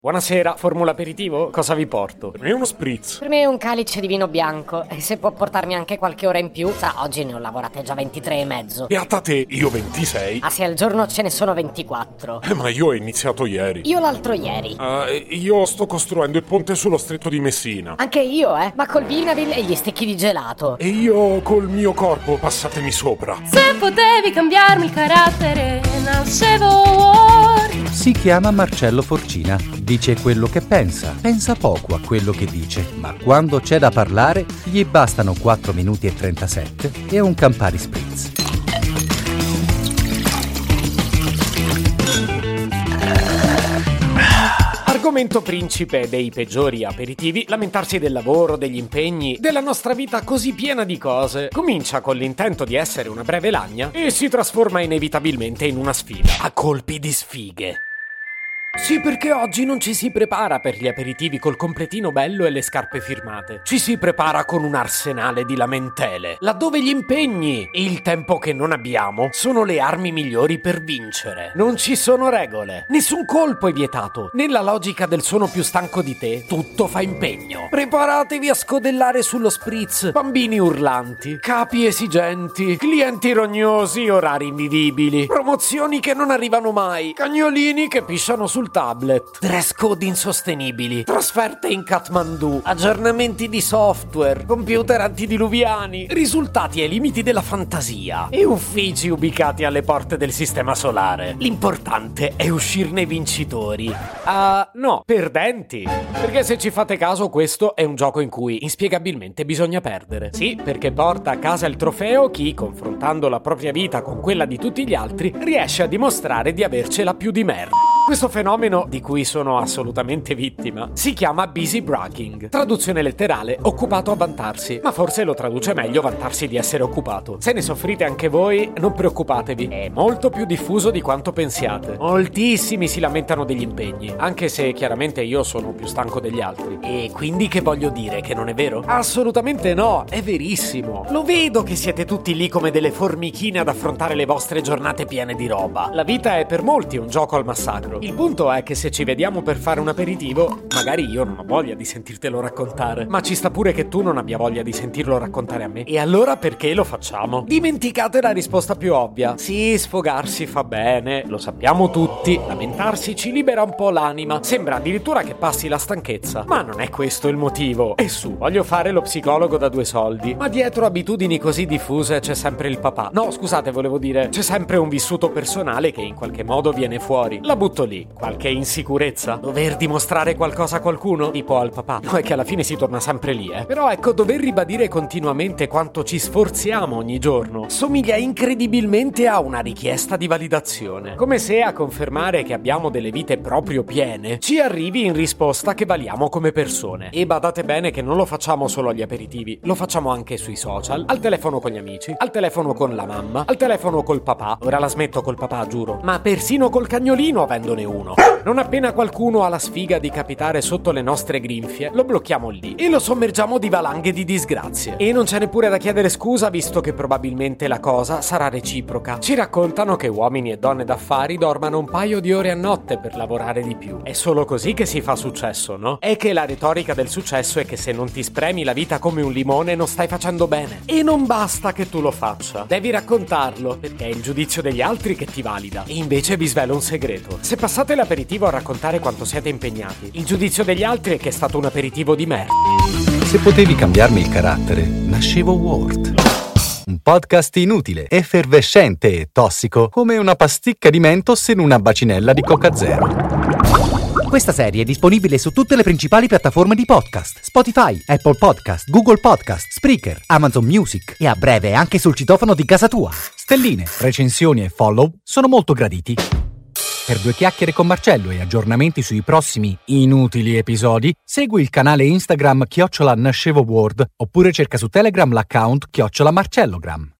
Buonasera, formula aperitivo? Cosa vi porto? Per me uno spritz. Per me un calice di vino bianco. E se può portarmi anche qualche ora in più. Oggi ne ho lavorate già 23 e mezzo. Beata te, io 26. Ah sì, al giorno ce ne sono 24. Ma io ho iniziato ieri. Io l'altro ieri. Io sto costruendo il ponte sullo stretto di Messina. Anche io, ma col Vinavil e gli stecchi di gelato. E io col mio corpo, passatemi sopra. Se potevi cambiarmi il carattere, nascevo Ward. Si chiama Marcello Forcina. Dice quello che pensa poco a quello che dice, ma quando c'è da parlare gli bastano 4 minuti e 37 e un Campari Spritz. Argomento principe dei peggiori aperitivi, lamentarsi del lavoro, degli impegni, della nostra vita così piena di cose. Comincia con l'intento di essere una breve lagna e si trasforma inevitabilmente in una sfida, a colpi di sfighe. Sì, perché oggi non ci si prepara per gli aperitivi col completino bello e le scarpe firmate. Ci si prepara con un arsenale di lamentele, laddove gli impegni e il tempo che non abbiamo sono le armi migliori per vincere. Non ci sono regole, nessun colpo è vietato. Nella logica del sono più stanco di te, tutto fa impegno. Preparatevi a scodellare sullo spritz, bambini urlanti, capi esigenti, clienti rognosi, orari invivibili, promozioni che non arrivano mai, cagnolini che pisciano sul tablet, dress code insostenibili, trasferte in Kathmandu, aggiornamenti di software, computer antidiluviani, risultati ai limiti della fantasia e uffici ubicati alle porte del sistema solare. L'importante è uscirne vincitori. No, perdenti. Perché se ci fate caso, questo è un gioco in cui inspiegabilmente bisogna perdere. Sì, perché porta a casa il trofeo chi, confrontando la propria vita con quella di tutti gli altri, riesce a dimostrare di avercela più di merda. Questo fenomeno, di cui sono assolutamente vittima, si chiama busy bragging. Traduzione letterale, occupato a vantarsi. Ma forse lo traduce meglio vantarsi di essere occupato. Se ne soffrite anche voi, non preoccupatevi. È molto più diffuso di quanto pensiate. Moltissimi si lamentano degli impegni, anche se chiaramente io sono più stanco degli altri. E quindi che voglio dire, che non è vero? Assolutamente no, è verissimo. Lo vedo che siete tutti lì come delle formichine ad affrontare le vostre giornate piene di roba. La vita è per molti un gioco al massacro. Il punto è che se ci vediamo per fare un aperitivo, magari io non ho voglia di sentirtelo raccontare, ma ci sta pure che tu non abbia voglia di sentirlo raccontare a me. E allora perché lo facciamo? Dimenticate la risposta più ovvia. Sì, sfogarsi fa bene, lo sappiamo tutti, lamentarsi ci libera un po' l'anima, sembra addirittura che passi la stanchezza, ma non è questo il motivo. E su, voglio fare lo psicologo da 2 soldi, ma dietro abitudini così diffuse c'è sempre il papà. No, scusate, volevo dire, c'è sempre un vissuto personale che in qualche modo viene fuori. La butto lì. Qualche insicurezza? Dover dimostrare qualcosa a qualcuno? Tipo al papà? No, è che alla fine si torna sempre lì, Però ecco, dover ribadire continuamente quanto ci sforziamo ogni giorno somiglia incredibilmente a una richiesta di validazione. Come se a confermare che abbiamo delle vite proprio piene ci arrivi in risposta che valiamo come persone. E badate bene che non lo facciamo solo agli aperitivi, lo facciamo anche sui social, al telefono con gli amici, al telefono con la mamma, al telefono col papà. Ora la smetto col papà, giuro. Ma persino col cagnolino avendone uno. Non appena qualcuno ha la sfiga di capitare sotto le nostre grinfie, lo blocchiamo lì e lo sommergiamo di valanghe di disgrazie. E non c'è neppure da chiedere scusa, visto che probabilmente la cosa sarà reciproca. Ci raccontano che uomini e donne d'affari dormano un paio di ore a notte per lavorare di più. È solo così che si fa successo, no? È che la retorica del successo è che se non ti spremi la vita come un limone non stai facendo bene. E non basta che tu lo faccia. Devi raccontarlo, perché è il giudizio degli altri che ti valida. E invece vi svelo un segreto. Se passate l'aperitivo a raccontare quanto siete impegnati, il giudizio degli altri è che è stato un aperitivo di merda. Se potevi cambiarmi il carattere, nascevo Ward. Un podcast inutile, effervescente e tossico, come una pasticca di Mentos in una bacinella di Coca Zero. Questa serie è disponibile su tutte le principali piattaforme di podcast: Spotify, Apple Podcast, Google Podcast, Spreaker, Amazon Music e a breve anche sul citofono di casa tua. Stelline, recensioni e follow sono molto graditi. Per 2 chiacchiere con Marcello e aggiornamenti sui prossimi inutili episodi, segui il canale Instagram @NascevoWord oppure cerca su Telegram l'account @Marcellogram.